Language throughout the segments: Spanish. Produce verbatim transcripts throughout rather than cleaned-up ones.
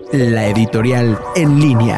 La editorial en línea.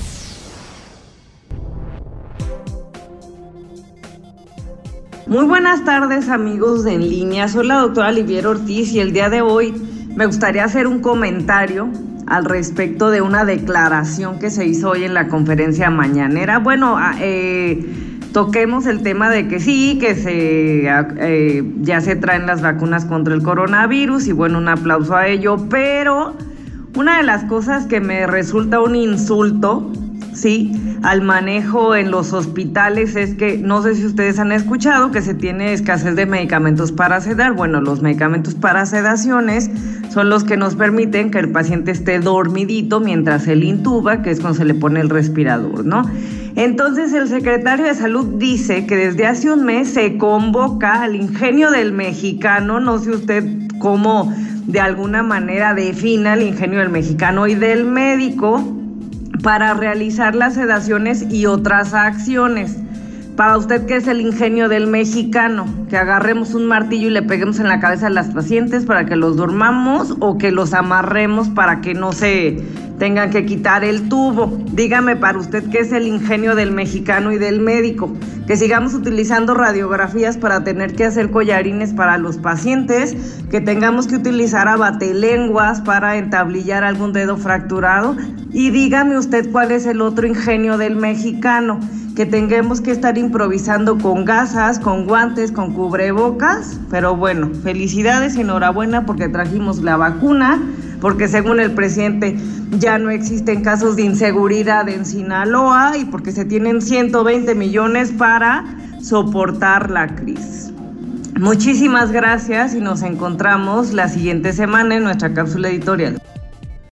Muy buenas tardes, amigos de En Línea. Soy la doctora Olivier Ortiz y el día de hoy me gustaría hacer un comentario al respecto de una declaración que se hizo hoy en la conferencia mañanera. Bueno, eh, toquemos el tema de que sí, que se eh, ya se traen las vacunas contra el coronavirus y bueno, un aplauso a ello, pero una de las cosas que me resulta un insulto, sí, al manejo en los hospitales es que, no sé si ustedes han escuchado que se tiene escasez de medicamentos para sedar. Bueno, los medicamentos para sedaciones son los que nos permiten que el paciente esté dormidito mientras se le intuba, que es cuando se le pone el respirador, ¿no? Entonces el secretario de Salud dice que desde hace un mes se convoca al ingenio del mexicano, no sé usted cómo de alguna manera defina el ingenio del mexicano y del médico, para realizar las sedaciones y otras acciones. Para usted, ¿qué es el ingenio del mexicano? ¿Que agarremos un martillo y le peguemos en la cabeza a las pacientes para que los durmamos o que los amarremos para que no se tengan que quitar el tubo? Dígame para usted, ¿qué es el ingenio del mexicano y del médico? Que sigamos utilizando radiografías para tener que hacer collarines para los pacientes, que tengamos que utilizar abatelenguas para entablillar algún dedo fracturado. Y dígame usted cuál es el otro ingenio del mexicano, que tengamos que estar improvisando con gasas, con guantes, con cubrebocas. Pero bueno, felicidades y enhorabuena porque trajimos la vacuna, porque según el presidente ya no existen casos de inseguridad en Sinaloa y porque se tienen ciento veinte millones para soportar la crisis. Muchísimas gracias y nos encontramos la siguiente semana en nuestra cápsula editorial.